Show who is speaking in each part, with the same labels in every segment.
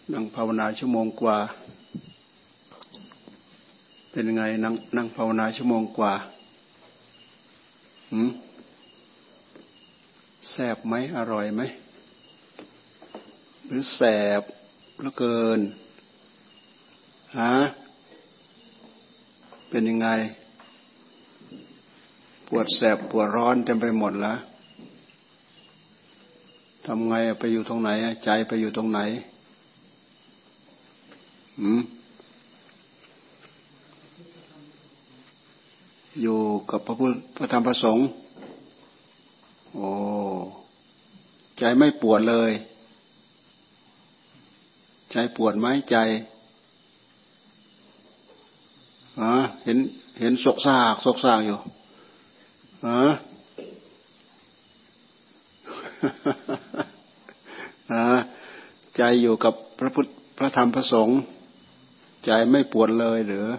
Speaker 1: นั่งภาวนาชั่วโมงกว่าเป็นไงนั่งภาวนาชั่วโมงกว่าแซ่บไหมอร่อยไหมหรือแสบเหลือเกินฮะเป็นยังไงปวดแสบปวดร้อนเต็มไปหมดแล้วทำไงไปอยู่ตรงไหนใจไปอยู่ตรงไหนอยู่กับพระพุทธพระธรรมพระสงฆ์โอ้ใจไม่ปวดเลยใจปวดไหมใจเห็นโศกซากอยู่ใจอยู่กับพระพุทธพระธรรมพระสงฆ์ใจไม่ปวดเลยหรือ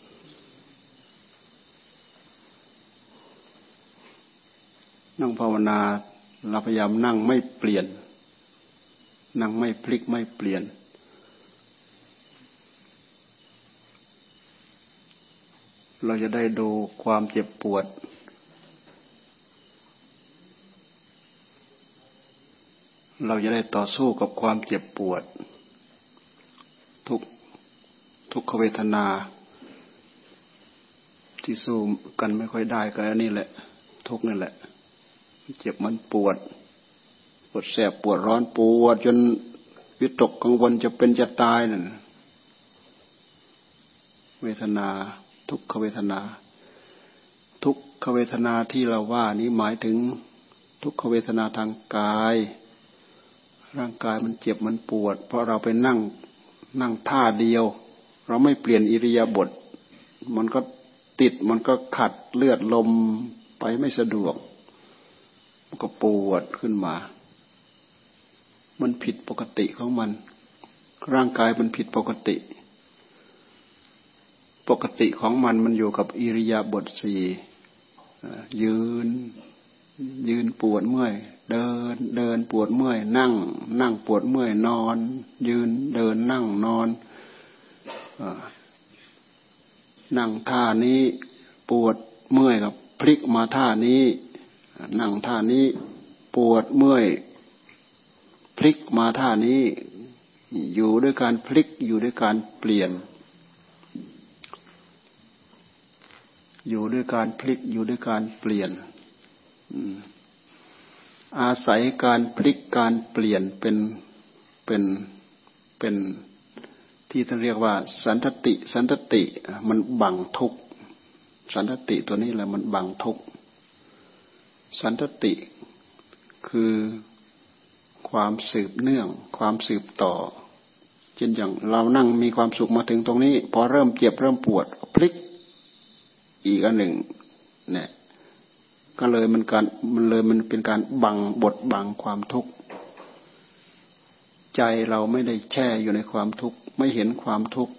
Speaker 1: นั่งภาวนาเราพยายามนั่งไม่เปลี่ยนนั่งไม่พลิกไม่เปลี่ยนเราจะได้ดูความเจ็บปวดเราจะได้ต่อสู้กับความเจ็บปวดทุกขเวทนาที่สู้กันไม่ค่อยได้ก็อันนี้แหละทุกข์นั่นแหละเจ็บมันปวดแสบปวดร้อนปวดจนวิตกกังวลจะเป็นจะตายนั่นเวทนาทุกขเวทนาทุกขเวทนาที่เราว่านี้หมายถึงทุกขเวทนาทางกายร่างกายมันเจ็บมันปวดเพราะเราไปนั่งท่าเดียวเราไม่เปลี่ยนอิริยาบถมันก็ติดมันก็ขัดเลือดลมไปไม่สะดวกมันก็ปวดขึ้นมามันผิดปกติของมันร่างกายมันผิดปกติของมันอยู่กับอิริยาบถสี่ยืนปวดเมื่อยเดินปวดเมื่อยนั่งปวดเมื่อยนอนยืนเดินนั่งนอนนั่งท่านี้ปวดเมื่อยกับพลิกมาท่านี้นั่งท่านี้ปวดเมื่อยพลิกมาท่านี้อยู่ด้วยการพลิกอยู่ด้วยการเปลี่ยนอยู่ด้วยการพลิกอยู่ด้วยการเปลี่ยนอาศัยการพลิกการเปลี่ยนเป็นที่ท่านเรียกว่าสันทติมันบังทุกข์สันทติตัวนี้แหละมันบังทุกข์สันทติคือความสืบเนื่องความสืบต่อเช่นอย่างเรานั่งมีความสุขมาถึงตรงนี้พอเริ่มเจ็บเริ่มปวดพลิกอีกอันหนึ่งเนี่ยก็เลยมันเป็นการบังบดบังความทุกข์ใจเราไม่ได้แช่อยู่ในความทุกข์ไม่เห็นความทุกข์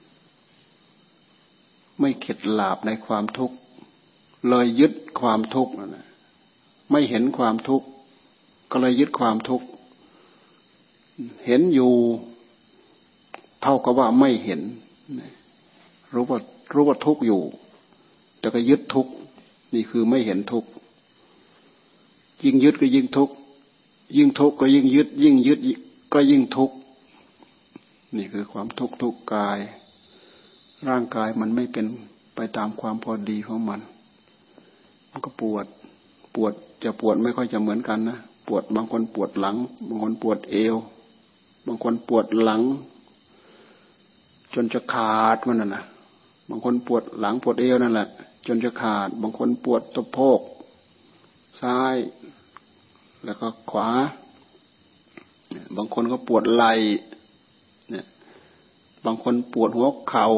Speaker 1: ไม่เข็ดหลาบในความทุกข์เลยยึดความทุกข์ไม่เห็นความทุกข์ก็เลยยึดความทุกข์เห็นอยู่เท่ากับว่าไม่เห็นรู้ว่าทุกข์อยู่แต่ก็ยึดทุกข์นี่คือไม่เห็นทุกข์ยิ่งยึดก็ยิ่งทุกข์ยิ่งทุกข์ก็ยิ่งยึดยิ่งยึดก็ยิ่งทุกข์นี่คือความทุกข์ทุกกายร่างกายมันไม่เป็นไปตามความพอดีของมันก็ปวดจะปวดไม่ค่อยจะเหมือนกันนะปวดบางคนปวดหลังบางคนปวดเอวบางคนปวดหลังจนจะขาดมันน่ะบางคนปวดหลังปวดเอวนั่นแหละจนจะขาดบางคนปวดสะโพกซ้ายแล้วก็ขวาบางคนก็ปวดไหล่เนี่ยบางคนปวดหัวเข่า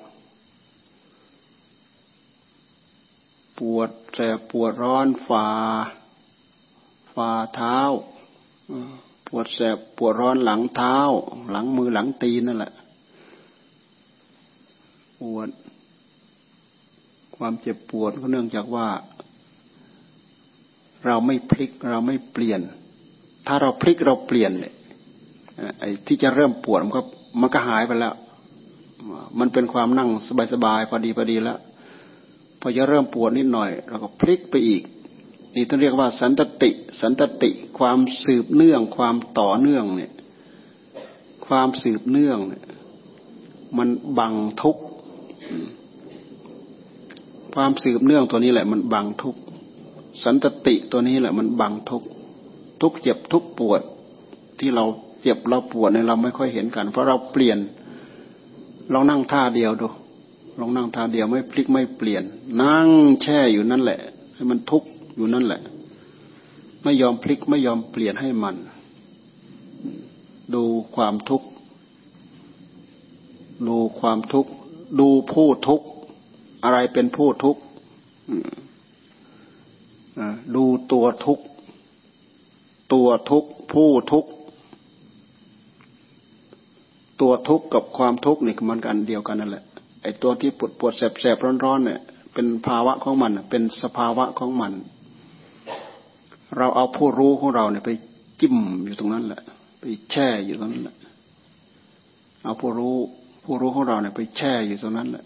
Speaker 1: ปวดแสบปวดร้อนฝ่าเท้าปวดแสบปวดร้อนหลังเท้าหลังมือหลังตีนนั่นแหละปวดความเจ็บปวดก็เนื่องจากว่าเราไม่พลิกเราไม่เปลี่ยนถ้าเราพลิกเราเปลี่ยนเนี่ยไอ้ที่จะเริ่มปวดมันก็หายไปแล้วมันเป็นความนั่งสบายๆพอดีแล้วพอจะเริ่มปวดนิดหน่อยเราก็พลิกไปอีกนี่ต้องเรียกว่าสันตติความสืบเนื่องความต่อเนื่องเนี่ยความสืบเนื่องเนี่ยมันบังทุกข์ความสืบเนื่องตัวนี้แหละมันบังทุกข์สันตติตัวนี้แหละมันบังทุกข์ทุกเจ็บทุกปวดที่เราเจ็บเราปวดเนี่ยเราไม่ค่อยเห็นกันเพราะเราเปลี่ยนลองนั่งท่าเดียวดูลองนั่งท่าเดียวไม่พลิกไม่เปลี่ยนนั่งแช่อยู่นั่นแหละให้มันทุกข์อยู่นั่นแหละไม่ยอมพลิกไม่ยอมเปลี่ยนให้มันดูความทุกข์ดูความทุกข์ดูผู้ทุกข์อะไรเป็นผู้ทุกข์ดูตัวทุกข์ตัวทุกข์ผู้ทุกข์ตัวทุกข์กับความทุกข์นี่มันกันเดียวกันนั่นแหละไอ้ตัวที่ปวดแสบๆร้อนๆเนี่ยเป็นภาวะของมันเป็นสภาวะของมันเราเอาผู้รู้ของเราเนี่ยไปจิ้มอยู่ตรงนั้นแหละไปแช่อยู่ตรงนั้นแหละเอาผู้รู้ของเราเนี่ยไปแช่อยู่ตรงนั้นแหละ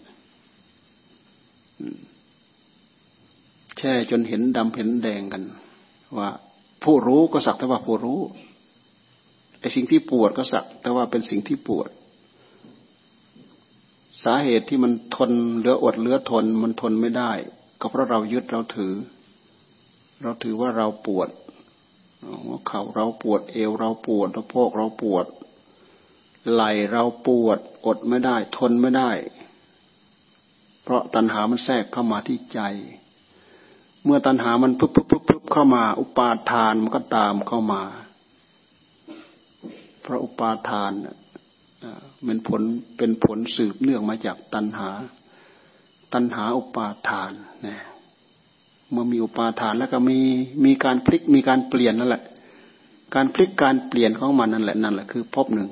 Speaker 1: แช่จนเห็นดำเห็นแดงกันว่าผู้รู้ก็สักแต่ว่าผู้รู้ไอ้สิ่งที่ปวดก็สักแต่ว่าเป็นสิ่งที่ปวดสาเหตุที่มันทนเหลืออดเหลือทนมันทนไม่ได้ก็เพราะเรายึดเราถือว่าเราปวดหัวเข่าเราปวดเอวเราปวดสะโพกเราปวดไหล่เราปวดอดไม่ได้ทนไม่ได้เพราะตัณหามันแทรกเข้ามาที่ใจเมื่อตัณหามันพึบเข้ามาอุปาทานมันก็ตามเข้ามาเพราะอุปาทานเป็นผลสืบเนื่องมาจากตัณหาอุปาทานนะเมื่อมีอุปาทานแล้วก็มีการพลิกมีการเปลี่ยนนั่นแหละการพลิกการเปลี่ยนของมันนั่นแหละคือภพหนึ่ง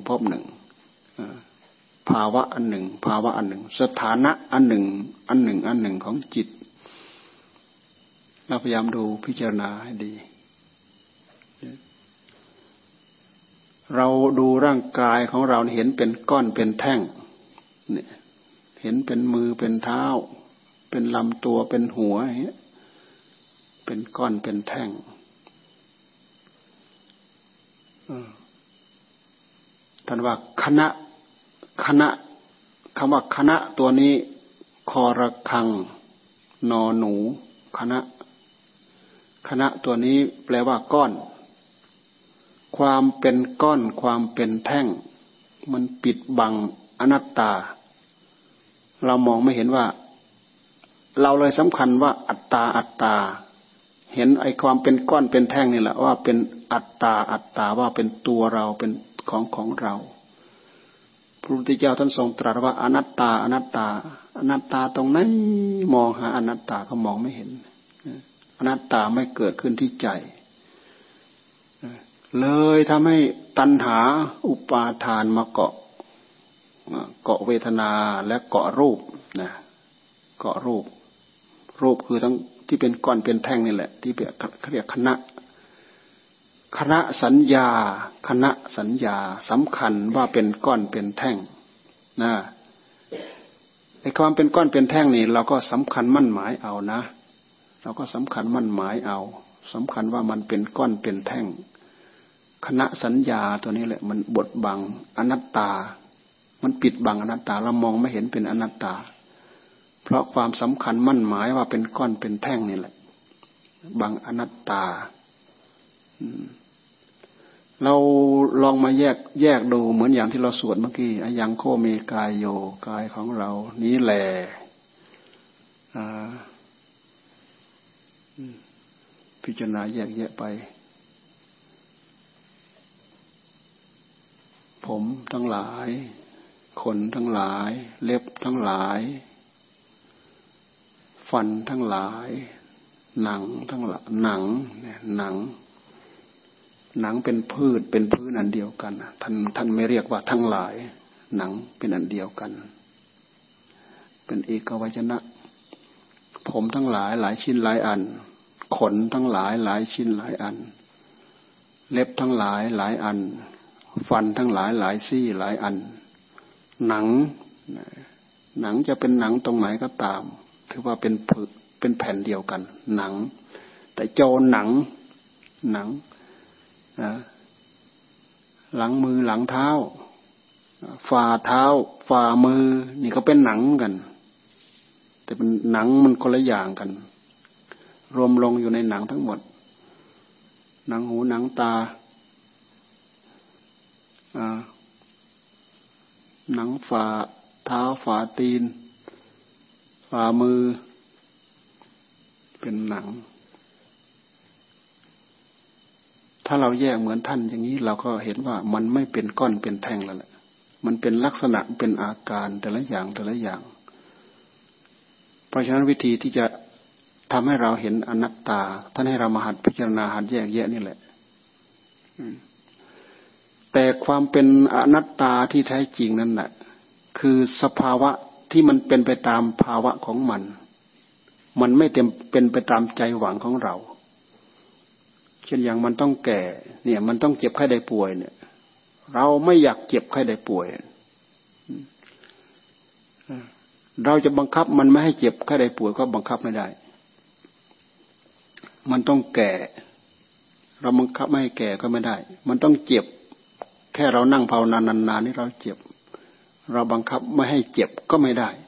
Speaker 1: ภาวะอันหนึ่งสถานะอันหนึ่งของจิตเราพยายามดูพิจารณาให้ดีเราดูร่างกายของเราเห็นเป็นก้อนเป็นแท่งเนี่ยเห็นเป็นมือเป็นเท้าเป็นลำตัวเป็นหัวอย่างเงี้ยเป็นก้อนเป็นแท่งท่านว่าคณะคำว่าคณะตัวนี้คอระฆังนอหนูคณะตัวนี้แปลว่าก้อนความเป็นก้อนความเป็นแท่งมันปิดบังอนัตตาเรามองไม่เห็นว่าเราเลยสำคัญว่าอัตตาเห็นไอ้ความเป็นก้อนเป็นแท่งนี่แหละว่าเป็นอัตตาว่าเป็นตัวเราเป็นของเราพระพุทธเจ้าท่านทรงตรัสว่าอนัตตาตรงไหนมองหาอนัตตาก็มองไม่เห็นอนัตตาไม่เกิดขึ้นที่ใจเลยทำให้ตัณหาอุปาทานมาเกาะเวทนาและเกาะรูปนะเกาะรูปคือทั้งที่เป็นก้อนเป็นแท่งนี่แหละที่เรียกคณะสัญญาสำคัญว่าเป็นก้อนเป็นแท่งนะไอ้ความเป็นก้อนเป็นแท่งนี่เราก็สำคัญมั่นหมายเอานะเราก็สำคัญมั่นหมายเอาสำคัญว่ามันเป็นก้อนเป็นแท่งคณะสัญญาตัวนี้แหละมันบดบังอนัตตามันปิดบังอนัตตาเรามองไม่เห็นเป็นอนัตตาเพราะความสำคัญมั่นหมายว่าเป็นก้อนเป็นแท่งนี่แหละบังอนัตตาเราลองมาแยกดูเหมือนอย่างที่เราสวดเมื่อกี้อายังโคเมกายโยกายของเรานี้แหละพิจารณาแยกแยะไปผมทั้งหลายขนทั้งหลายเล็บทั้งหลายฟันทั้งหลายหนังทั้งหลายหนังเป็นพืชเป็นพื้นอันเดียวกันท่านไม่เรียกว่าทั้งหลายหนังเป็นอันเดียวกันเป็นเอกวจนะผมทั้งหลายหลายชิ้นหลายอันขนทั้งหลายหลายชิ้นหลายอันเล็บทั้งหลายหลายอันฟันทั้งหลายหลายซี่หลายอันหนังจะเป็นหนังตรงไหนก็ตามถือว่าเป็นแผ่นเดียวกันหนังแต่โจรหนังหลังมือหลังเท้าฝ่าเท้าฝ่ามือนี่ก็เป็นหนังกันแต่เป็นหนังมันคนละอย่างกันรวมลงอยู่ในหนังทั้งหมดหนังหูหนังตาหนังฝ่าเท้าฝ่าตีนฝ่ามือเป็นหนังถ้าเราแยกเหมือนท่านอย่างนี้เราก็เห็นว่ามันไม่เป็นก้อนเป็นแท่งแล้วแหละมันเป็นลักษณะเป็นอาการแต่ละอย่างเพราะฉะนั้นวิธีที่จะทำให้เราเห็นอนัตตาท่านให้เรามาหัดพิจารณาหัดแยกแยะนี่แหละแต่ความเป็นอนัตตาที่แท้จริงนั่นแหละคือสภาวะที่มันเป็นไปตามภาวะของมันไม่เป็นไปตามใจหวังของเราเช่นอย่างมันต้องแก่เนี่ยมันต้องเจ็บไข้ได้ป่วยเนี่ยเราไม่อยากเจ็บไข้ได้ป่วยเราจะบังคับมันไม่ให้เจ็บไข้ได้ป่วยก็บังคับไม่ได้มันต้องแก่เราบังคับไม่ให้แก่ก็ไม่ได้มันต้องเจ็บแค่เรานั่งภาวนานๆนี่เราเจ็บเราบังคับไม่ให้เจ็บก็ไม่ได้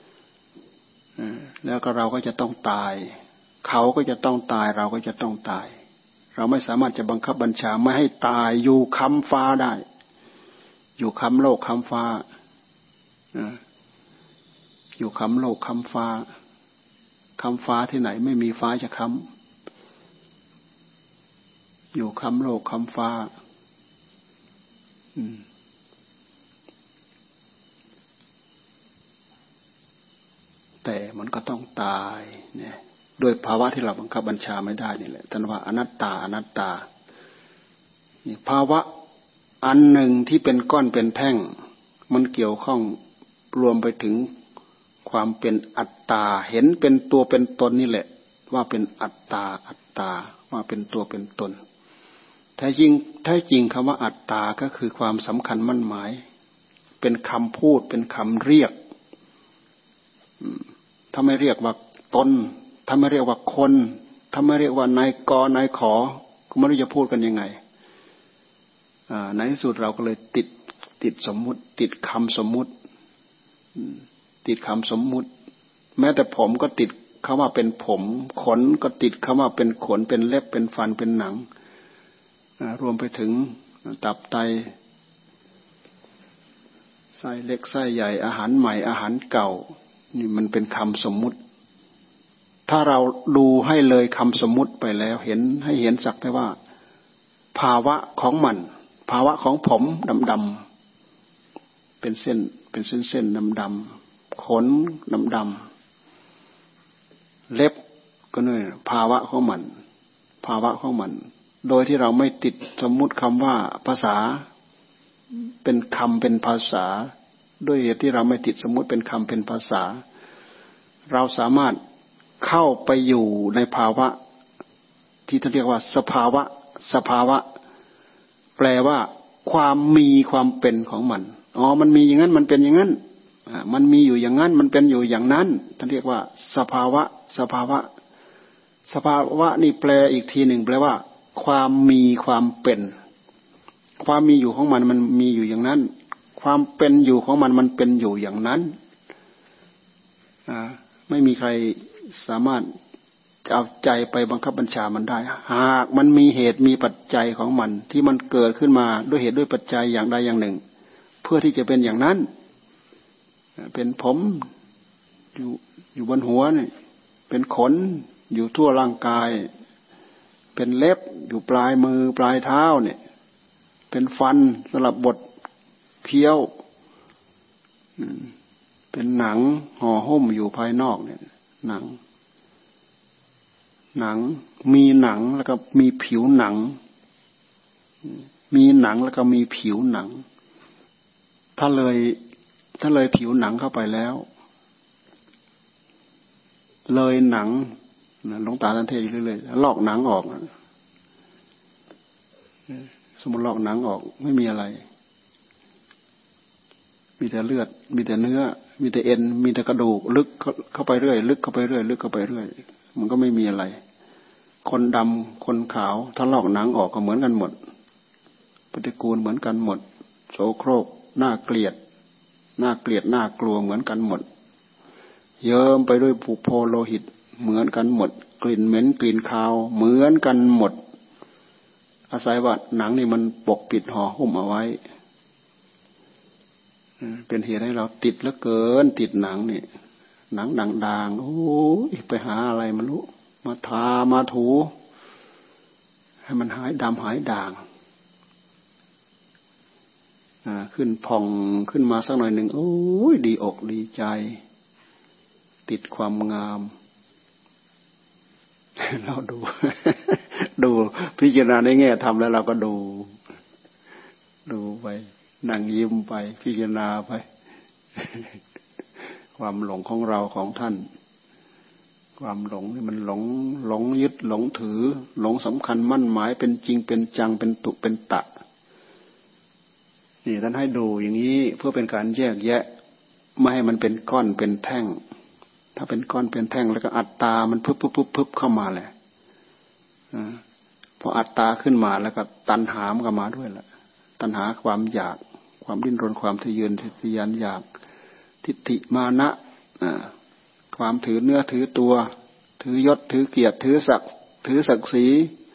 Speaker 1: แล้วก็เราก็จะต้องตายเขาก็จะต้องตายเราก็จะต้องตายเราไม่สามารถจะบังคับบัญชาไม่ให้ตายอยู่ค้ำฟ้าได้อยู่ค้ำโลกค้ำฟ้าอยู่ค้ำโลกค้ำฟ้าค้ำฟ้าที่ไหนไม่มีฟ้าจะค้ำอยู่ค้ำโลกค้ำฟ้าแต่มันก็ต้องตายเนี่ยด้วยภาวะที่เราบังคับบัญชาไม่ได้นี่แหละท่านว่าอนัตตานี่ภาวะอันหนึ่งที่เป็นก้อนเป็นแท่งมันเกี่ยวข้องรวมไปถึงความเป็นอัตตาเห็นเป็นตัวเป็นตนนี่แหละว่าเป็นอัตตาว่าเป็นตัวเป็นตนแท้จริงคำว่าอัตตาก็คือความสำคัญมั่นหมายเป็นคำพูดเป็นคำเรียกถ้าไม่เรียกว่าตนถ้าไม่เรียกว่าคนถ้าไม่เรียกว่านายกนายขอก็ไม่รู้จะพูดกันยังไงในที่สุดเราก็เลยติดสมมุติติดคำสมมุติแม้แต่ผมก็ติดคำว่าเป็นผมขนก็ติดคำว่าเป็นขนเป็นเล็บเป็นฟันเป็นหนังรวมไปถึงตับไตไส้เล็กไส้ใหญ่อาหารใหม่อาหารเก่านี่มันเป็นคำสมมุติถ้าเราดูให้เลยคำสมมุติไปแล้วเห็นสักแต่ว่าภาวะของมันภาวะของผมดำเป็นเส้นดำขนดำเล็บก็เนี่ยภาวะของมันโดยที่เราไม่ติดสมมุติคำว่าภาษาเป็นคำเป็นภาษาด้วยเหตุที่เราไม่ติดสมมุติเป็นคำเป็นภาษาเราสามารถเข้าไปอยู่ในภาวะที่ท่านเรียกว่าสภาวะแปลว่าความมีความเป็นของมันมันมีอย่างนั้นมันเป็นอย่างนั้นมันมีอยู่อย่างนั้นมันเป็นอยู่อย่างนั้นท่านเรียกว่าสภาวะนี่แปลอีกทีหนึ่งแปลว่าความมีความเป็นความมีอยู่ของมันมันมีอยู่อย่างนั้นความเป็นอยู่ของมันเป็นอยู่อย่างนั้นไม่มีใครสามารถเอาใจไปบังคับบัญชามันได้หากมันมีเหตุมีปัจจัยของมันที่มันเกิดขึ้นมาด้วยเหตุด้วยปัจจัยอย่างใดอย่างหนึ่งเพื่อที่จะเป็นอย่างนั้นเป็นผมอยู่บนหัวนี่เป็นขนอยู่ทั่วร่างกายเป็นเล็บอยู่ปลายมือปลายเท้าเนี่ยเป็นฟันสำหรับบดเคี้ยวเป็นหนังห่อหุ้มอยู่ภายนอกเนี่ยหนังมีหนังแล้วก็มีผิวหนังมีหนังแล้วก็มีผิวหนังถ้าเลยผิวหนังเข้าไปแล้วเลยหนังหลวงตาท่านเทศอยู่เรื่อยๆลอกหนังออกสมมติลอกหนังออกไม่มีอะไรมีแต่เลือดมีแต่เนื้อมีแต่เอ็นมีแต่กระดูกลึกเข้าไปเรื่อยลึกเข้าไปเรื่อยลึกเข้าไปเรื่อยมันก็ไม่มีอะไรคนดำคนขาวถ้าลอกหนังออกก็เหมือนกันหมดปฏิกูลเหมือนกันหมดโสโครกน่าเกลียดน่าเกลียดน่ากลัวเหมือนกันหมดเยิ้มไปด้วยผุโพโลหิตเหมือนกันหมดกลิ่นเหม็นกลิ่นคาวเหมือนกันหมดอาศัยว่าหนังนี่มันปกปิดห่อหุ้มเอาไว้เป็นเหตุให้เราติดเหลือเกินติดหนังนี่หนังด่างๆโอ้ยไปหาอะไรมารู้มาทามาถูให้มันหายดำหายด่างขึ้นผ่องขึ้นมาสักหน่อยหนึ่งโอ้ยดีอกดีใจติดความงามเราดู ดูพิจารณาในแง่ธรรมแล้วเราก็ดูไปนั่งยิ้มไปพิจารณาไป ความหลงของเราของท่านความหลงนี่มันหลงยึดหลงถือหลงสำคัญมั่นหมายเป็นจริงเป็นจังเป็นตุเป็นตะนี่ท่านให้ดูอย่างนี้เพื่อเป็นการแยกแยะไม่ให้มันเป็นก้อนเป็นแท่งถ้าเป็นก้อนเป็นแท่งแล้วก็อัตตามันพึบเข้ามาแหละพออัตตาขึ้นมาแล้วก็ตัณหามันก็มาด้วยแหละตัณหาความอยากความดิ้นรนความทะเยอทะยานอยากทิฏฐิมานะความถือเนื้อถือตัวถือยศถือเกียรติถือศักดิ์ศรี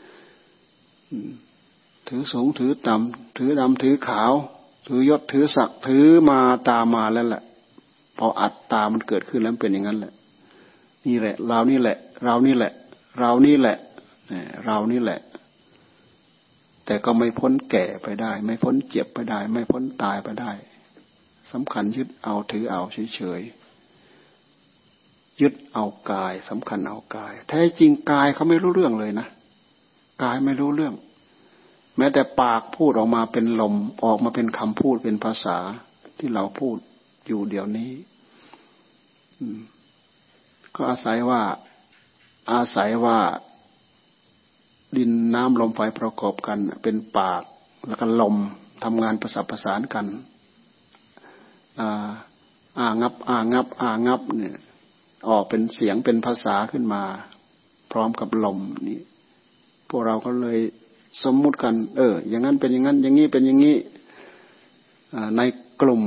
Speaker 1: ถือสูงถือต่ำถือดำถือขาวถือยศถือศักดิ์ถือมาตามมาแล้วแหละพออัตตามันเกิดขึ้นแล้วเป็นอย่างนั้นแหละนี่แหละเรานี่แหละเรานี่แหละเรานี่แหละเรานี่แหละแต่ก็ไม่พ้นแก่ไปได้ไม่พ้นเจ็บไปได้ไม่พ้นตายไปได้สำคัญยึดเอาถือเอาเฉยๆยึดเอากายสำคัญเอากายแท้จริงกายเขาไม่รู้เรื่องเลยนะกายไม่รู้เรื่องแม้แต่ปากพูดออกมาเป็นลมออกมาเป็นคำพูดเป็นภาษาที่เราพูดอยู่เดี๋ยวนี้ก็อาศัยว่าดินน้ำลมไฟประกอบกันเป็นปากแล้วก็ลมทำงานประสานประสานกันงับเนี่ยออกเป็นเสียงเป็นภาษาขึ้นมาพร้อมกับลมนี่พวกเราก็เลยสมมุติกันอย่างนั้นเป็นอย่างนั้นอย่างนี้เป็นอย่างนี้ในกลุ่ม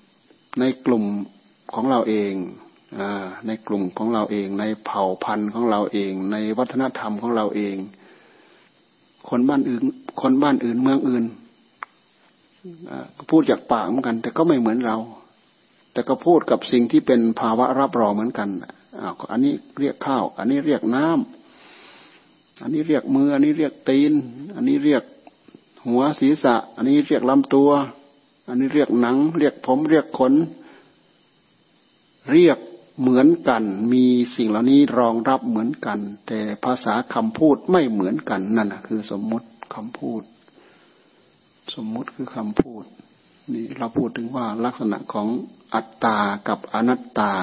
Speaker 1: ของเราเองในกลุ่มของเราเองในเผ่าพันธุ์ของเราเองในวัฒนธรรมของเราเองคนบ้านอื่นเมืองอื่นก็พูดจากปากเหมือนกันแต่ก็ไม่เหมือนเราแต่ก็พูดกับสิ่งที่เป็นภาวะรับรองเหมือนกันอันนี้เรียกข้าวอันนี้เรียกน้ำอันนี้เรียกมืออันนี้เรียกตีนอันนี้เรียกหัวศีรษะอันนี้เรียกลำตัวอันนี้เรียกหนังเรียกผมเรียกขนเรียกเหมือนกันมีสิ่งเหล่านี้รองรับเหมือนกันแต่ภาษาคำพูดไม่เหมือนกันนั่นคือสมมุติคำพูดสมมุติคือคำพูดนี่เราพูดถึงว่าลักษณะของอัตตากับอนัตตา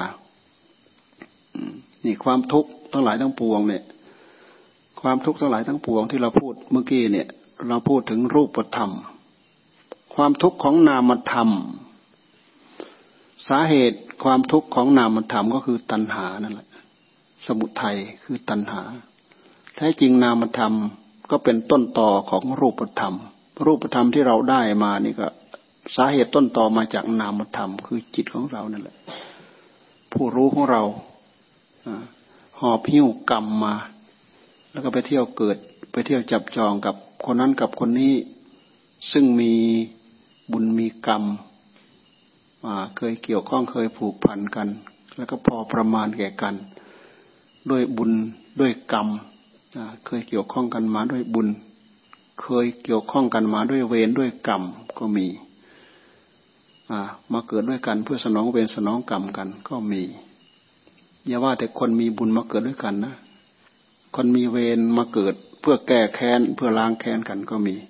Speaker 1: นี่ความทุกข์ทั้งหลายทั้งปวงเนี่ยความทุกข์ทั้งหลายทั้งปวงที่เราพูดเมื่อกี้เนี่ยเราพูดถึงรูปธรรมความทุกข์ของนามธรรมสาเหตุความทุกข์ของนามธรรมก็คือตัณหานั่นแหละสมุทัยคือตัณหาแท้จริงนามธรรมก็เป็นต้นตอของรูปธรรมรูปธรรมที่เราได้มานี่ก็สาเหตุต้นตอมาจากนามธรรมคือจิตของเรานั่นแหละผู้รู้ของเราหอบหิ้วกรรมมาแล้วก็ไปเที่ยวเกิดไปเที่ยวจับจองกับคนนั้นกับคนนี้ซึ่งมีบุญมีกรรมเคยเกี่ยวข้องเคยผูกพันกันแล้วก็พอประมาณแก่กันด้วยบุญด้วยกรรมเคยเกี่ยวข้องกันมาด้วยบุญเคยเกี่ยวข้องกันมาด้วยเวรด้วยกรรมก็มีมาเกิดด้วยกันเพื่อสนองเวรสนองกรรมกันก็มีอย่าว่าแต่คนมีบุญมาเกิดด้วยกันนะคนมีเวรมาเกิดเพื่อแก้แค้นเพื่อล้างแค้นกันก็มี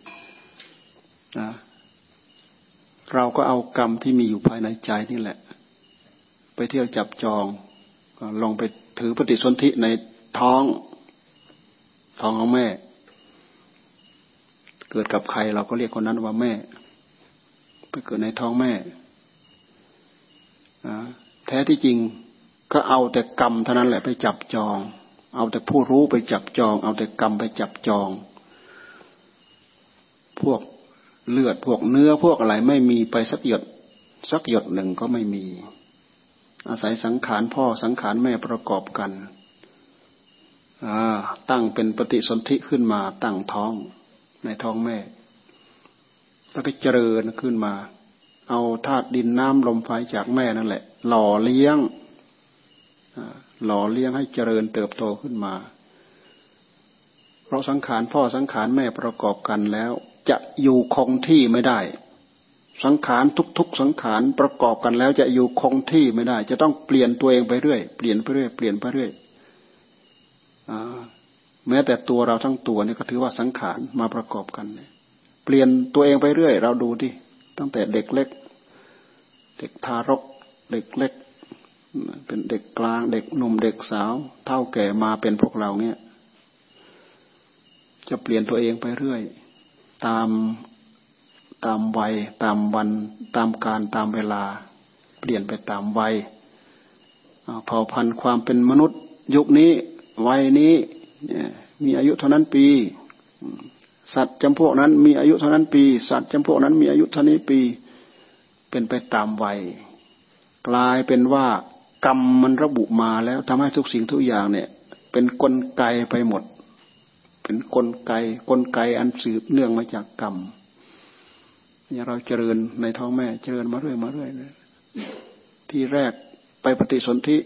Speaker 1: เราก็เอากรรมที่มีอยู่ภายในใจนี่แหละไปเที่ยวจับจองลองไปถือปฏิสนธิในท้องของแม่เกิดกับใครเราก็เรียกคนนั้นว่าแม่ไปเกิดในท้องแม่แท้ที่จริงก็เอาแต่กรรมเท่านั้นแหละไปจับจองเอาแต่ผู้รู้ไปจับจองเอาแต่กรรมไปจับจองพวกเลือดพวกเนื้อพวกอะไรไม่มีไปสักหยดหนึ่งก็ไม่มีอาศัยสังขารพ่อสังขารแม่ประกอบกันตั้งเป็นปฏิสนธิขึ้นมาตั้งท้องในท้องแม่แล้วก็เจริญขึ้นมาเอาธาตุดินน้ำลมไฟจากแม่นั่นแหละหล่อเลี้ยงให้เจริญเติบโตขึ้นมาเพราะสังขารพ่อสังขารแม่ประกอบกันแล้วจะอยู่คงที่ไม่ได้สังขารทุกสังขารประกอบกันแล้วจะอยู่คงที่ไม่ได้จะต้องเปลี่ยนตัวเองไปเรื่อยเปลี่ยนไปเรื่อยแม้แต่ตัวเราทั้งตัวนี่ก็ถือว่าสังขารมาประกอบกันเปลี่ยนตัวเองไปเรื่อยเราดูดิตั้งแต่เด็กเล็กเด็กทารกเด็กเล็กเป็นเด็กกลางเด็กหนุ่มเด็กสาวเฒ่าแก่มาเป็นพวกเราเนี่ยจะเปลี่ยนตัวเองไปเรื่อยตามวัยตามวันตามการตามเวลาเปลี่ยนไปตามวัยเผ่าพันธุ์ความเป็นมนุษย์ยุคนี้วัยนี้มีอายุเท่านั้นปีสัตว์จำพวกนั้นมีอายุเท่านั้นปีสัตว์จำพวกนั้นมีอายุเท่านี้ปีเป็นไปตามวัยกลายเป็นว่ากรรมมันระบุมาแล้วทำให้ทุกสิ่งทุกอย่างเนี่ยเป็นกลไกไปหมดเป็นกลไกอันสืบเนื่องมาจากกรรมเนี่ยเราเจริญในท้องแม่เจริญมาเรื่อยนะที่แรกไปปฏิสนธิ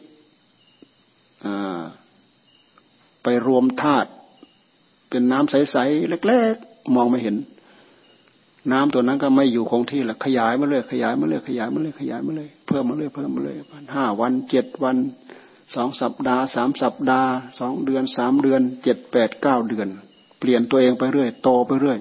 Speaker 1: ไปรวมธาตุเป็นน้ำใสๆเล็กๆมองไม่เห็นน้ำตัวนั้นก็ไม่อยู่คงที่แหละขยายมาเรื่อยเพิ่มมาเรื่อย5 วัน7 วัน2 สัปดาห์3 สัปดาห์2 เดือน3 เดือน7 8 9 เดือนเปลี่ยนตัวเองไปเรื่อยโตไปเรื่อย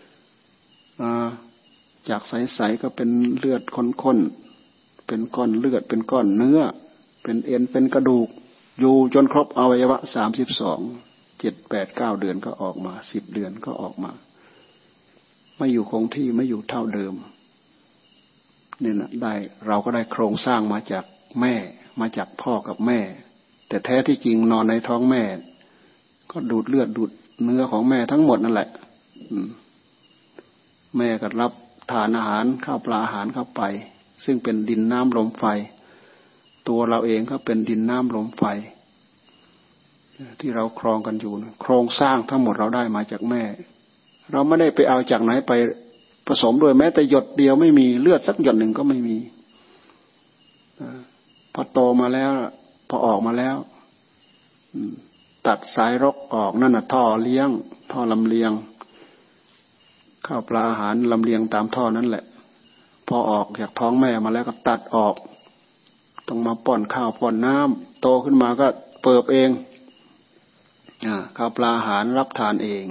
Speaker 1: จากใสๆก็เป็นเลือดข้นๆเป็นก้อนเลือดเป็นก้อนเนื้อเป็นเอ็นเป็นกระดูกอยู่จนครบอวัยวะ32 7 8 9 เดือนก็ออกมา10 เดือนก็ออกมาไม่อยู่คงที่ไม่อยู่เท่าเดิมนี่นะเราก็ได้โครงสร้างมาจากแม่มาจากพ่อกับแม่แต่แท้ที่จริงนอนในท้องแม่ก็ดูดเลือดดูดเนื้อของแม่ทั้งหมดนั่นแหละแม่ก็รับทานอาหารข้าวปลาอาหารเข้าไปซึ่งเป็นดินน้ำลมไฟตัวเราเองก็เป็นดินน้ำลมไฟที่เราครองกันอยู่โครงสร้างทั้งหมดเราได้มาจากแม่เราไม่ได้ไปเอาจากไหนไปผสมด้วยแม้แต่หยดเดียวไม่มีเลือดสักหยดหนึ่งก็ไม่มีพอโตมาแล้วพอออกมาแล้วตัดสายรกออกนั่นน่ะท่อเลี้ยงท่อลำเลียงข้าวปลาอาหารลำเลียงตามท่อนั่นแหละพอออกจากท้องแม่มาแล้วก็ตัดออกต้องมาป้อนข้าวป้อนน้ำโตขึ้นมาก็เปิบเองข้าวปลาอาหารรับทานเอง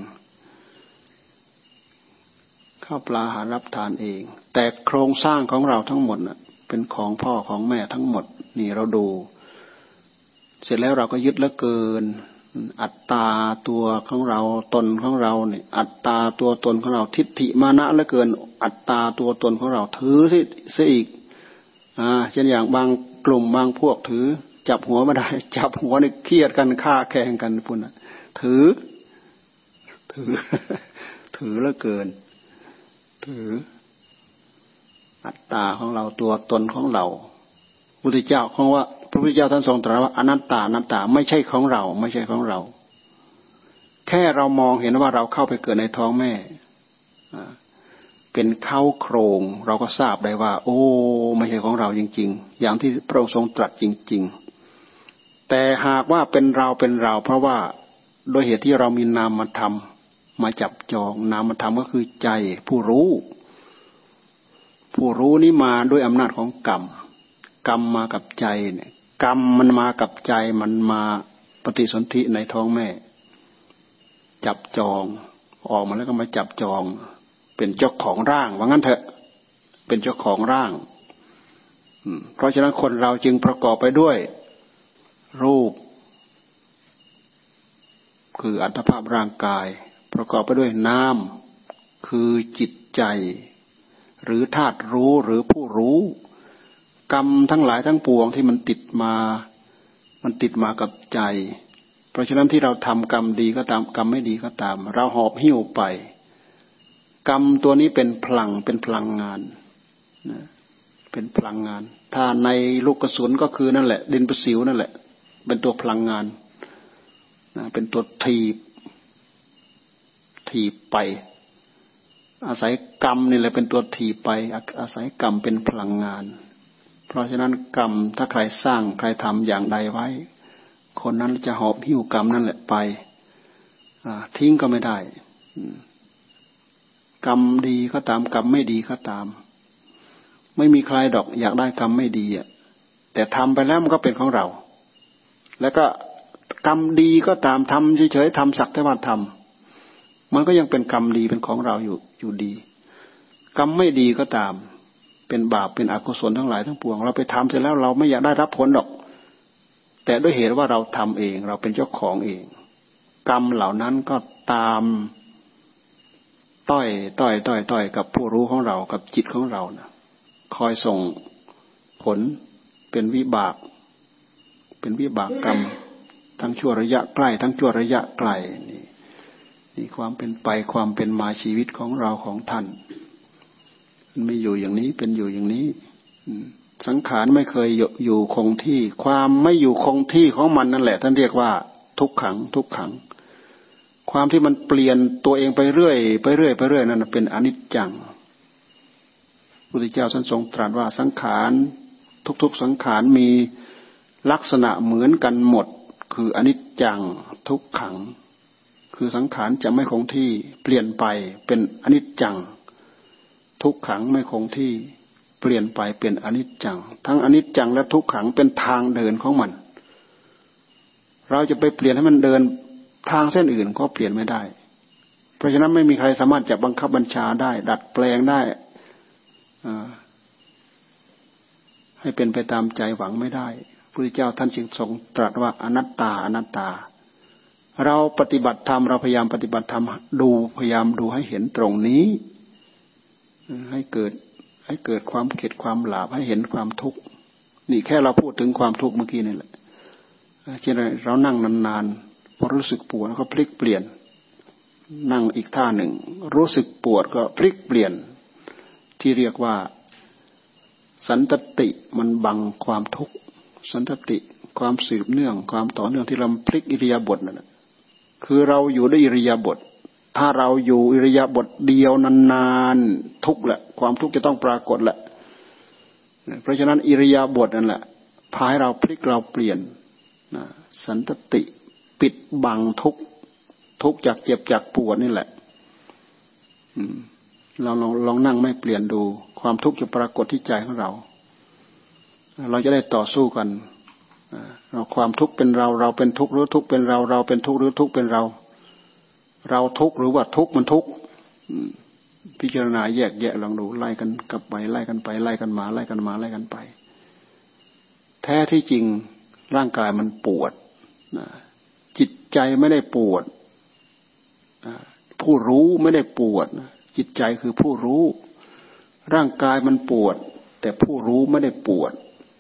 Speaker 1: ข้าวปลาอาหารรับทานเองแต่โครงสร้างของเราทั้งหมดน่ะเป็นของพ่อของแม่ทั้งหมดนี่เราดูเสร็จแล้วเราก็ยึดเหลือเกินอัตตาตัวของเราตนของเราเนี่ยอัตตาตัวตนของเราทิฏฐิมานะเหลือเกินอัตตาตัวตนของเราถือซะอีกเช่นอย่างบางกลุ่มบางพวกถือจับหัวไม่ได้จับหัวนี่เครียดกันฆ่าแข่งกันพุ่นน่ะถือเหลือเกินถืออัตตาของเราตัวตนของเราพระพุทธเจ้าพระพุทธเจ้าท่านทรงตรัสว่าอนัตตาไม่ใช่ของเราไม่ใช่ของเราแค่เรามองเห็นว่าเราเข้าไปเกิดในท้องแม่เป็นเข้าโครงเราก็ทราบได้ว่าโอ้ไม่ใช่ของเราจริงๆอย่างที่พระองค์ทรงตรัสจริงๆแต่หากว่าเป็นเราเพราะว่าโดยเหตุที่เรามีนามธรรมมาจับจองนามธรรมก็คือใจผู้รู้นี้มาด้วยอำนาจของกรรมมากับใจเนี่ยกรรมมันมากับใจมันมาปฏิสนธิในท้องแม่จับจองออกมาแล้วก็มาจับจองเป็นเจ้าของร่างว่างั้นเถอะเป็นเจ้าของร่างเพราะฉะนั้นคนเราจึงประกอบไปด้วยรูปคืออัตภาพร่างกายประกอบไปด้วยนามคือจิตใจหรือธาตุรู้หรือผู้รู้กรรมทั้งหลายทั้งปวงที่มันติดมากับใจเพราะฉะนั้นที่เราทำกรรมดีก็ตามกรรมไม่ดีก็ตามเราหอบหิ้วไปกรรมตัวนี้เป็นพลังงานนะเป็นพลังงานถ้าในลูกกระสุนก็คือนั่นแหละดินประสิวนั่นแหละเป็นตัวพลังงานนะเป็นตัวถีบไปอาศัยกรรมนี่แหละเป็นตัวถีบไปอาศัยกรรมเป็นพลังงานเพราะฉะนั้นกรรมถ้าใครสร้างใครทำอย่างใดไว้คนนั้นจะหอบหิ้วกรรมนั่นแหละไปทิ้งก็ไม่ได้กรรมดีก็ตามกรรมไม่ดีก็ตามไม่มีใครดอกอยากได้กรรมไม่ดีอ่ะแต่ทำไปแล้วมันก็เป็นของเราแล้วก็กรรมดีก็ตามทำเฉยๆทำสักแต่ว่าทำมันก็ยังเป็นกรรมดีเป็นของเราอยู่ดีกรรมไม่ดีก็ตามเป็นบาปเป็นอกุศลทั้งหลายทั้งปวงเราไปทำเสร็จแล้วเราไม่อยากได้รับผลดอกแต่ด้วยเหตุว่าเราทำเองเราเป็นเจ้าของเองกรรมเหล่านั้นก็ตามต้อยกับผู้รู้ของเรากับจิตของเรานะคอยส่งผลเป็นวิบากกรรมทั้งชั่วระยะใกล้ทั้งชั่วระยะไกลนี่ความเป็นไปความเป็นมาชีวิตของเราของท่านมันไม่อยู่อย่างนี้เป็นอยู่อย่างนี้สังขารไม่เคยอยู่คงที่ความไม่อยู่คงที่ของมันนั่นแหละท่านเรียกว่าทุกขังความที่มันเปลี่ยนตัวเองไปเรื่อยนั่นเป็นอนิจจังพระพุทธเจ้าท่านทรงตรัสว่าสังขารทุกสังขารมีลักษณะเหมือนกันหมดคืออนิจจังทุกขังคือสังขารจะไม่คงที่เปลี่ยนไปเป็นอนิจจังทุกขังไม่คงที่เปลี่ยนไปเป็นอนิจจังทั้งอนิจจังและทุกขังเป็นทางเดินของมันเราจะไปเปลี่ยนให้มันเดินทางเส้นอื่นก็เปลี่ยนไม่ได้เพราะฉะนั้นไม่มีใครสามารถจะบังคับบัญชาได้ดัดแปลงได้ให้เป็นไปตามใจหวังไม่ได้พระพุทธเจ้าท่านจึงทรงตรัสว่าอนัตตาเราปฏิบัติธรรมเราพยายามปฏิบัติธรรมพยายามดูให้เห็นตรงนี้ให้เกิดความเข็ดความหลาบให้เห็นความทุกข์นี่แค่เราพูดถึงความทุกข์เมื่อกี้นี่แหละเช่นเรานั่งนานๆพอรู้สึกปวดก็พลิกเปลี่ยนนั่งอีกท่าหนึ่งรู้สึกปวดก็พลิกเปลี่ยนที่เรียกว่าสันตติมันบังความทุกข์สันตติความสืบเนื่องความต่อเนื่องที่เราพลิกอิริยาบถนั่นแหละคือเราอยู่ด้วยอิริยาบถถ้าเราอยู่อิริยาบถเดียวนานๆทุกข์แหละความทุกข์จะต้องปรากฏแหละเพราะฉะนั้นอิริยาบถนั่นแหละพาให้เราพลิกเราเปลี่ยนสันตติปิดบังทุกข์จากเจ็บจากปวดนี่แหละเราลองนั่งไม่เปลี่ยนดูความทุกข์จะปรากฏที่ใจของเราจะได้ต่อสู้กันความทุกข์เป็นเราเป็นทุกข์หรือทุกข์เป็นเราเป็นทุกข์หรือทุกข์เป็นเราทุกข์หรือว่าทุกข์มันทุกข์พิจารณาแยกแยะลองดูไล่กันกลับไปไล่กันไปไล่กันมาไล่กันไป แท้ที่จริงร่างกายมันปวดจิตใจไม่ได้ปวดผู้รู้ไม่ได้ปวดจิตใจคือผู้รู้ร่างกายมันปวดแต่ผู้รู้ไม่ได้ปวด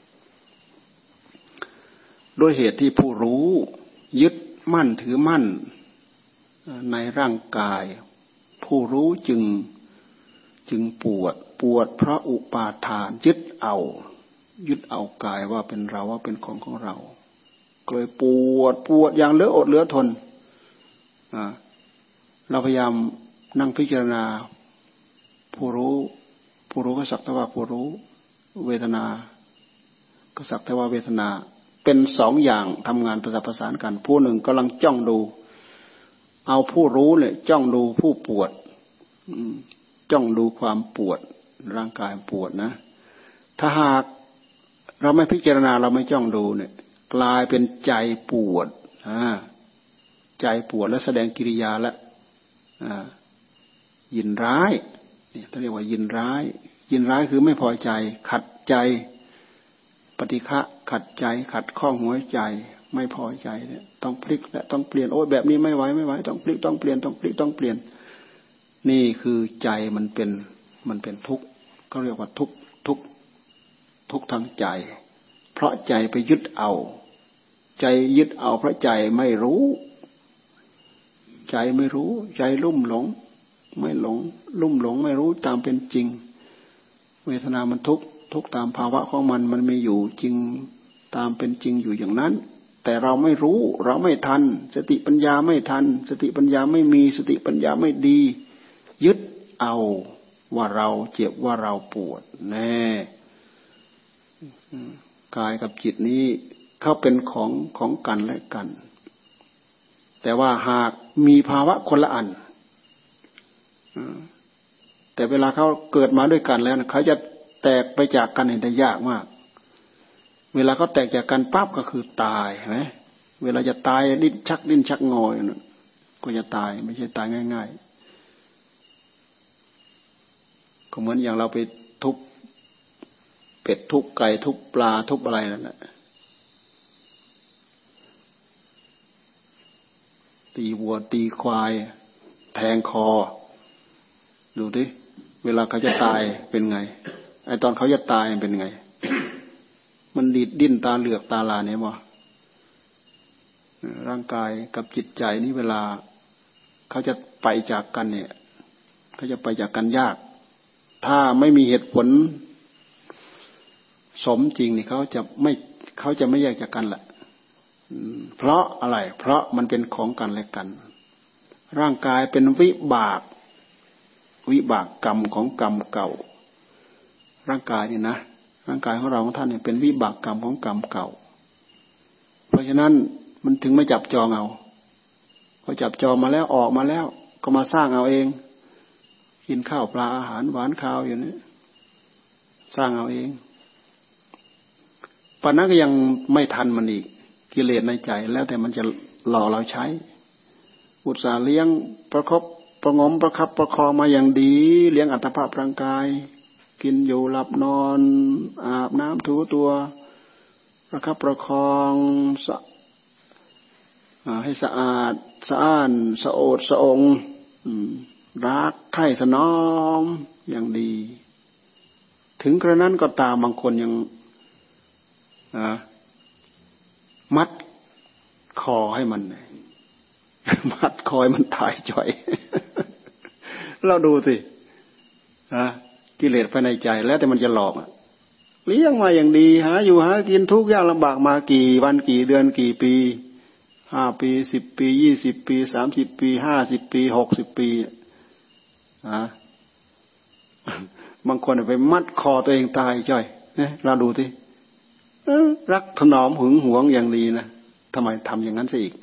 Speaker 1: ด้วยเหตุที่ผู้รู้ยึดมั่นถือมั่นในร่างกายผู้รู้จึงปวดเพราะอุปาทานยึดเอากายว่าเป็นเราว่าเป็นของเราก็เลยปวดอย่างเหลืออดเหลือทนเราพยายามนั่งพิจารณาผู้รู้ก็สักแต่ว่าผู้รู้เวทนาก็สักแต่ว่าเวทนาเป็นสองอย่างทำงานประสานกันผู้หนึ่งกำลังจ้องดูเอาผู้รู้เนี่ยจ้องดูผู้ปวดจ้องดูความปวดร่างกายปวดนะถ้าหากเราไม่พิจารณาเราไม่จ้องดูเนี่ยกลายเป็นใจปวดใจปวดและแสดงกิริยาและยินร้ายนี่เขาเรียกว่ายินร้ายคือไม่พอใจขัดใจปฏิฆะขัดใจขัดข้องหัวใจไม่พอใจเนี่ยต้องพลิกและต้องเปลี่ยนโอ้ยแบบนี้ไม่ไหวต้องพลิกต้องเปลี่ยนต้องพลิกต้องเปลี่ยนนี่คือใจมันเป็นทุกข์เขาเรียกว่าทุกข์ทางใจ เพราะใจไปยึดเอาใจยึดเอาเพราะใจไม่รู้ใจไม่รู้ใจลุ่มหลงไม่หลงลุ่มหลงไม่รู้ตามเป็นจริงเวทนามันทุกข์ตามภาวะของมันมีอยู่จริงตามเป็นจริงอยู่อย่างนั้นแต่เราไม่รู้เราไม่ทันสติปัญญาไม่ทันสติปัญญาไม่มีสติปัญญาไม่ดียึดเอาว่าเราเจ็บว่าเราปวดแน่กายกับจิตนี้เขาเป็นของกันและกันแต่ว่าหากมีภาวะคนละอันแต่เวลาเขาเกิดมาด้วยกันแล้วเขาจะแตกไปจากกันได้ยากมากเวลาเขาแตกจากกันปั๊บก็คือตายเห็นไหมเวลาจะตายดิ้นชักงอยก็จะตายไม่ใช่ตายง่ายๆก็เหมือนอย่างเราไปทุบเป็ดทุบไก่ทุบปลาทุบอะไรนั่นแหละตีวัวตีควายแทงคอดูดิเวลาเขาจะตายเป็นไงไอตอนเขาจะตายเป็นไงมันดิ้นตาเหลือกตาลาเนี่ยบ่ร่างกายกับจิตใจนี่เวลาเขาจะไปจากกันเนี่ยเขาจะไปจากกันยากถ้าไม่มีเหตุผลสมจริงนี่เขาจะไม่แยกจากกันแหละเพราะอะไรเพราะมันเป็นของกันและกันร่างกายเป็นวิบากกรรมของกรรมเก่าร่างกายนี่นะร่างกายของเราของท่านเนี่ยเป็นวิบากกรรมของกรรมเก่าเพราะฉะนั้นมันถึงไม่จับจองเอาพอจับจองมาแล้วออกมาแล้วก็มาสร้างเอาเองกินข้าวปลาอาหารหวานข้าวอยู่นี่สร้างเอาเองปัญญาก็ยังไม่ทันมันอีกกิเลสในใจแล้วแต่มันจะหล่อเราใช้อุตส่าห์เลี้ยงประคบประงมประคับประคองมาอย่างดีเลี้ยงอัตภาพร่างกายกินอยู่หลับนอนอาบน้ำถูตัวประคับประคองให้สะอาดสะอ้านสะโอดสะองรักใคร่ถนอมอย่างดีถึงกระนั้นก็ตามบางคนยังมัดคอให้มันมัดคอยมันตายจ่อยเราดูสิกิเลสภายในใจแล้วแต่มันจะหลอกเลี้ยงมาอย่างดีหาอยู่หากินทุกข์ยากลำบากมากี่วันกี่เดือนกี่ปี5 ปี10 ปี20 ปี30 ปี50 ปี60 ปีบางคนไปมัดคอตัวเองตายจ่อยเนี่ยเราดูสิรักถนอมหึงหวงอย่างดีนะทำไมทำอย่างนั้นซะอีก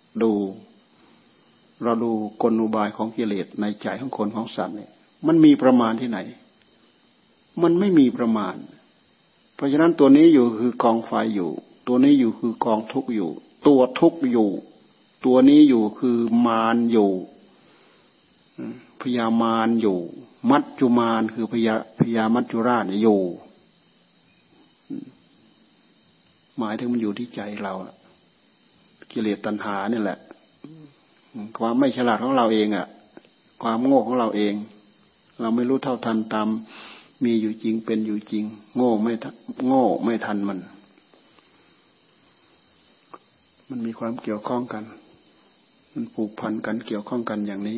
Speaker 1: เราดูกลอุบายของกิเลสในใจของคนของสัตว์เนี่ยมันมีประมาณที่ไหนมันไม่มีประมาณเพราะฉะนั้นตัวนี้อยู่คือกองไฟอยู่ตัวนี้อยู่คือกองทุกข์อยู่ตัวทุกข์อยู่ตัวนี้อยู่คือมารอยู่พยามารอยู่มัจจุมารคือพยามัจจุราชอยู่หมายถึงมันอยู่ที่ใจเรากิเลสตัณหานี่แหละความไม่ฉลาดของเราเองความโง่ของเราเองเราไม่รู้เท่าทันตามมีอยู่จริงเป็นอยู่จริงโง่ไม่ทันมันมีความเกี่ยวข้องกันมันผูกพันกันเกี่ยวข้องกันอย่างนี้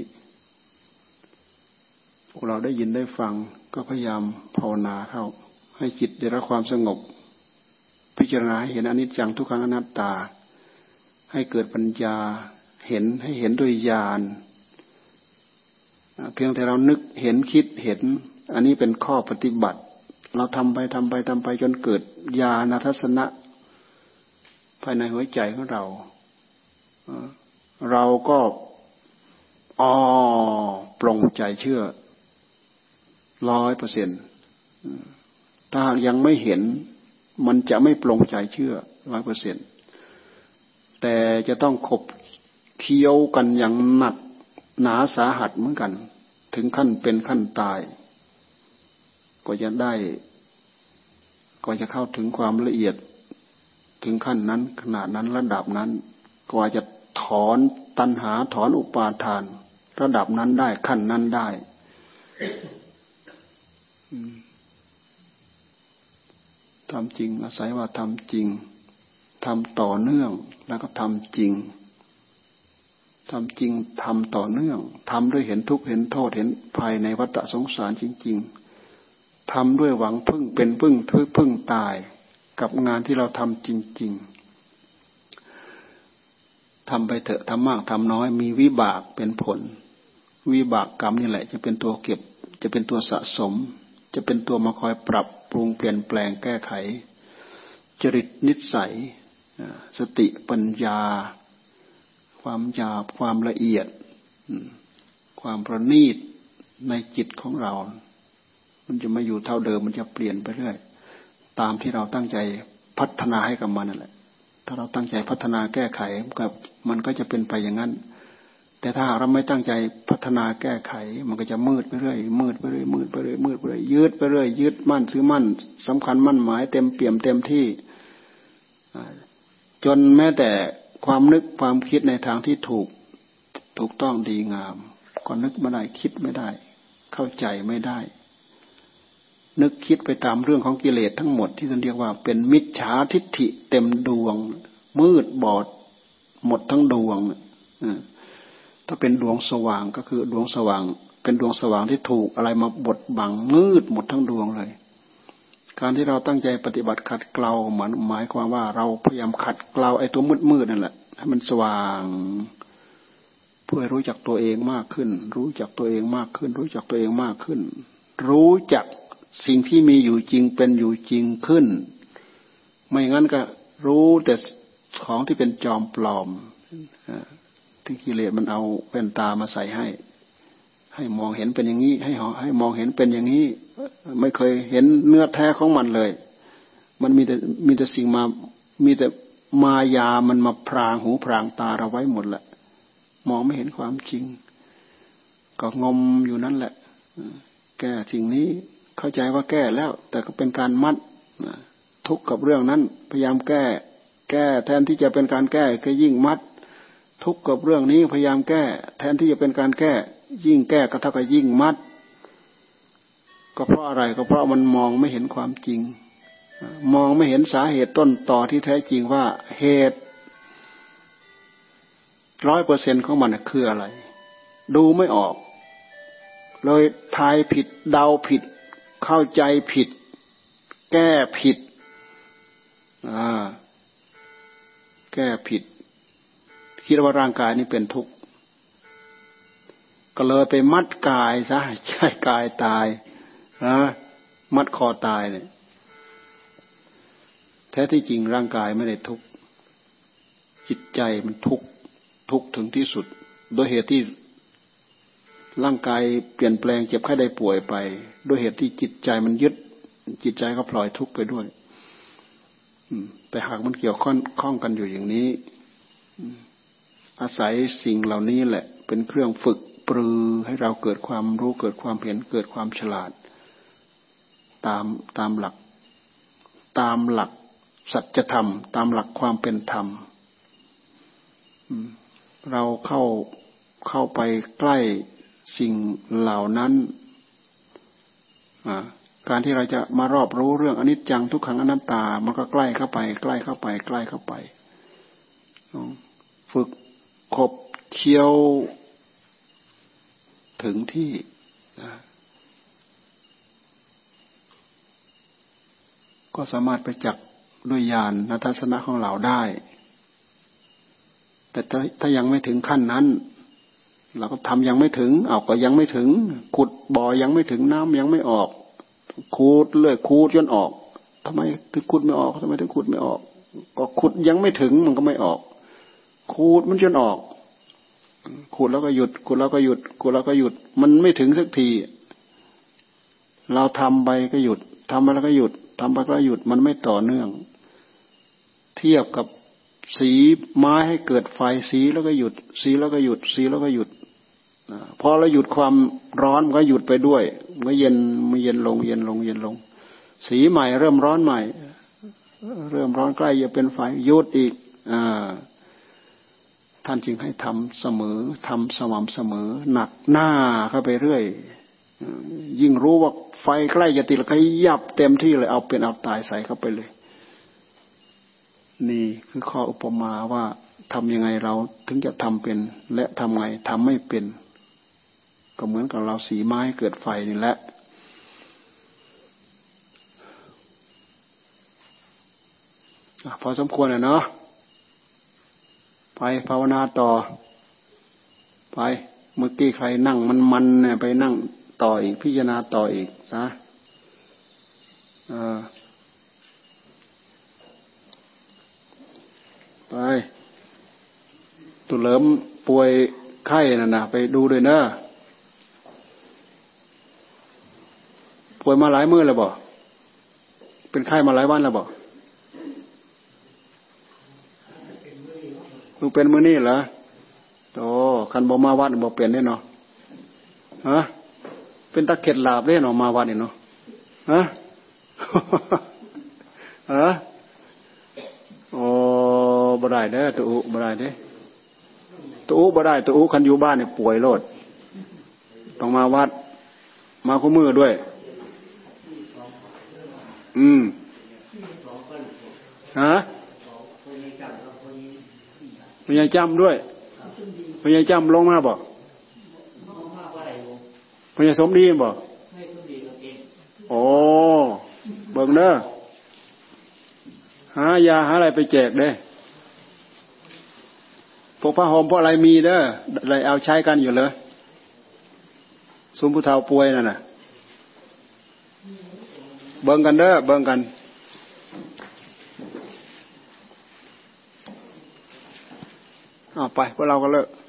Speaker 1: พวกเราได้ยินได้ฟังก็พยายามภาวนาเข้าให้จิตได้รับความสงบพิจารณาให้เห็นอนิจจังทุกขังอนัตตาให้เกิดปัญญาให้เห็นด้วยญาณเพียงแต่เรานึกเห็นคิดเห็นอันนี้เป็นข้อปฏิบัติเราทำไปจนเกิดญาณทัศนะภายในหัวใจของเราเราก็ปลงใจเชื่อ 100%ถ้ายังไม่เห็นมันจะไม่ปลงใจเชื่อ 100%แต่จะต้องขบเคี้ยวกันอย่างหนักหนาสาหัสเหมือนกันถึงขั้นเป็นขั้นตายก็จะเข้าถึงความละเอียดถึงขั้นนั้นขนาดนั้นระดับนั้นกว่าจะถอนตัณหาถอนอุปาทานระดับนั้นได้ขั้นนั้นได้ทำจริงอาศัยว่าทำจริงทำต่อเนื่องแล้วก็ทำจริงทำจริงทำต่อเนื่องทำด้วยเห็นทุกข์เห็นโทษเห็นภัยในวัฏสงสารจริงๆทำด้วยหวังพึ่งเป็นพึ่งตายกับงานที่เราทำจริงๆทำไปเถอะทำมากทำน้อยมีวิบากเป็นผลวิบากกรรมนี่แหละจะเป็นตัวเก็บจะเป็นตัวสะสมจะเป็นตัวมาคอยปรับปรุงเปลี่ยนแปลงแก้ไขจริตนิสัยสติปัญญาความหยาบความละเอียดความประณีตในจิตของเรามันจะไม่อยู่เท่าเดิมมันจะเปลี่ยนไปเรื่อยตามที่เราตั้งใจพัฒนาให้กับมันนั่นแหละถ้าเราตั้งใจพัฒนาแก้ไขมันก็จะเป็นไปอย่างนั้นแต่ถ้าเราไม่ตั้งใจพัฒนาแก้ไขมันก็จะมืดไปเรื่อยมืดไปเรื่อยมืดไปเรื่อยมืดไปเรื่อยยืดไปเรื่อยยึดมั่นถือมั่นสำคัญมั่นหมายเต็มเปี่ยมเต็มที่จนแม้แต่ความนึกความคิดในทางที่ถูกต้องดีงามก็นึกไม่ได้คิดไม่ได้เข้าใจไม่ได้นึกคิดไปตามเรื่องของกิเลสทั้งหมดที่ท่านเรียกว่าเป็นมิจฉาทิฏฐิเต็มดวงมืดบอดหมดทั้งดวงถ้าเป็นดวงสว่างก็คือดวงสว่างเป็นดวงสว่างที่ถูกอะไรมาบดบังมืดหมดทั้งดวงเลยการที่เราตั้งใจปฏิบัติขัดเกลาหมายความว่าเราพยายามขัดเกลาไอ้ตัวมืดนั่นแหละให้มันสว่างเพื่อรู้จักตัวเองมากขึ้นรู้จักตัวเองมากขึ้นรู้จักตัวเองมากขึ้นรู้จักสิ่งที่มีอยู่จริงเป็นอยู่จริงขึ้นไม่งั้นก็รู้แต่ของที่เป็นจอมปลอมที่กิเลสมันเอาแว่นตามาใส่ให้มองเห็นเป็นอย่างนี้ให้มองเห็นเป็นอย่างนี้ไม่เคยเห็นเนื้อแท้ของมันเลยมันมีแต่สิ่งมีแต่มายามันมาพรางหูพรางตาเราไว้หมดแหละมองไม่เห็นความจริงก็งมอยู่นั่นแหละแก้สิ่งนี้เข้าใจว่าแก้แล้วแต่ก็เป็นการมัดทุกข์กับเรื่องนั้นพยายามแก้แทนที่จะเป็นการแก้ก็ยิ่งมัดทุกข์กับเรื่องนี้พยายามแก้แทนที่จะเป็นการแก้ยิ่งแก้ก็เท่ากับยิ่งมัดก็เพราะอะไรก็เพราะมันมองไม่เห็นความจริงมองไม่เห็นสาเหตุต้นต่อที่แท้จริงว่าเหตุ 100% ของมันคืออะไรดูไม่ออกเลยทายผิดเดาผิดเข้าใจผิดแก้ผิดแก้ผิดคิดว่าร่างกายนี้เป็นทุกข์ก็เลยไปมัดกายซะใช่กายตายมัดคอตายเนี่ยแท้ที่จริงร่างกายไม่ได้ทุกข์จิตใจมันทุกข์ถึงที่สุดโดยเหตุที่ร่างกายเปลี่ยนแปลงเจ็บไข้ได้ป่วยไปด้วยเหตุที่จิตใจมันยึดจิตใจก็พลอยทุกข์ไปด้วยแต่หากมันเกี่ยวข้องกันอยู่อย่างนี้อาศัยสิ่งเหล่านี้แหละเป็นเครื่องฝึกปรือให้เราเกิดความรู้เกิดความเห็นเกิดความฉลาดตามหลักสัจธรรมตามหลักความเป็นธรรมเราเข้าไปใกล้สิ่งเหล่านั้นการที่เราจะมารอบรู้เรื่องอนิจจังทุกขังอนัตตามันก็ใกล้เข้าไปใกล้เข้าไปใกล้เข้าไปฝึกขบเคี้ยวถึงที่ก็สามารถไปจักด้วยญาณทัศนะของเราได้แต่ถ้ายังไม่ถึงขั้นนั้นเราก็ทำยังไม่ถึงก็ยังไม่ถึงขุดบ่อยังไม่ถึงน้ำยังไม่ออกขุดเลยขุดจนออกทำไมถึงขุดไม่ออกทำไมถึงขุดไม่ออกก็ขุดยังไม่ถึงมันก็ไม่ออกขุดมันจนออกขุดแล้วก็หยุดขุดแล้วก็หยุดขุดแล้วก็หยุดมันไม่ถึงสักทีเราทำไปก็หยุดทำไปแล้วก็หยุดทำไปก็หยุดมันไม่ต่อเนื่องเทียบกับสีไม้ให้เกิดไฟสีแล้วก็หยุดสีแล้วก็หยุดสีแล้วก็หยุดพอเราหยุดความร้อนมันก็หยุดไปด้วยเมื่อเย็นลงสีใหม่เริ่มร้อนใหม่เริ่มร้อนใกล้จะเป็นไฟหยุดอีกท่านจึงให้ทำเสมอทำสม่ำเสมอหนักหน้าเข้าไปเรื่อยยิ่งรู้ว่าไฟใกล้จะติดแล้วก็ยับเต็มที่เลยเอาเป็นเอาตายใส่เข้าไปเลยนี่คือข้ออุปมาว่าทำยังไงเราถึงจะทำเป็นและทำไงทำไม่เป็นก็เหมือนกับเราสีไม้เกิดไฟนี่แหละพอสมควรเนาะไปภาวนาต่อไปเมื่อกี้ใครนั่งมันเนี่ยไปนั่งต่ออีกพิจารณาต่ออีกซะไปตุเหลิมป่วยไข้นั่นนะไปดูด้วยเนอะป่วยมาหลายมื้อแล้วบ่เป็นไข้มาหลายวันแล้วบ่เพิ่งเป็นมื้อนี้เหรอโอ้คันบ่มาวัดบ่เปลี่ยนได้เนาะฮะเป็นตะเข็ดลาบเด้เนาะมาวัดนี่เนาะฮะโอ้บ่ได้เด้อตุบ่ได้เด้ตุบ่ได้ตุคันอยู่บ้านนี่ป่วยโลดต้องมาวัดมาคู่มือด้วยฮะพญาจำด้วยพญาจำลงมาบ่พญาสมดีบ่โอ้เบิ่งเด้อหายาหาอะไรไปแจกเด้พวกผ้าห่มพวกอะไรมีเด้ออะไรเอาใช้กันอยู่เลยซุมผู้เฒ่าป่วยนั่นน่ะเบิ่งกันเด้อเบิ่งกันไปพวกเราก็เลิก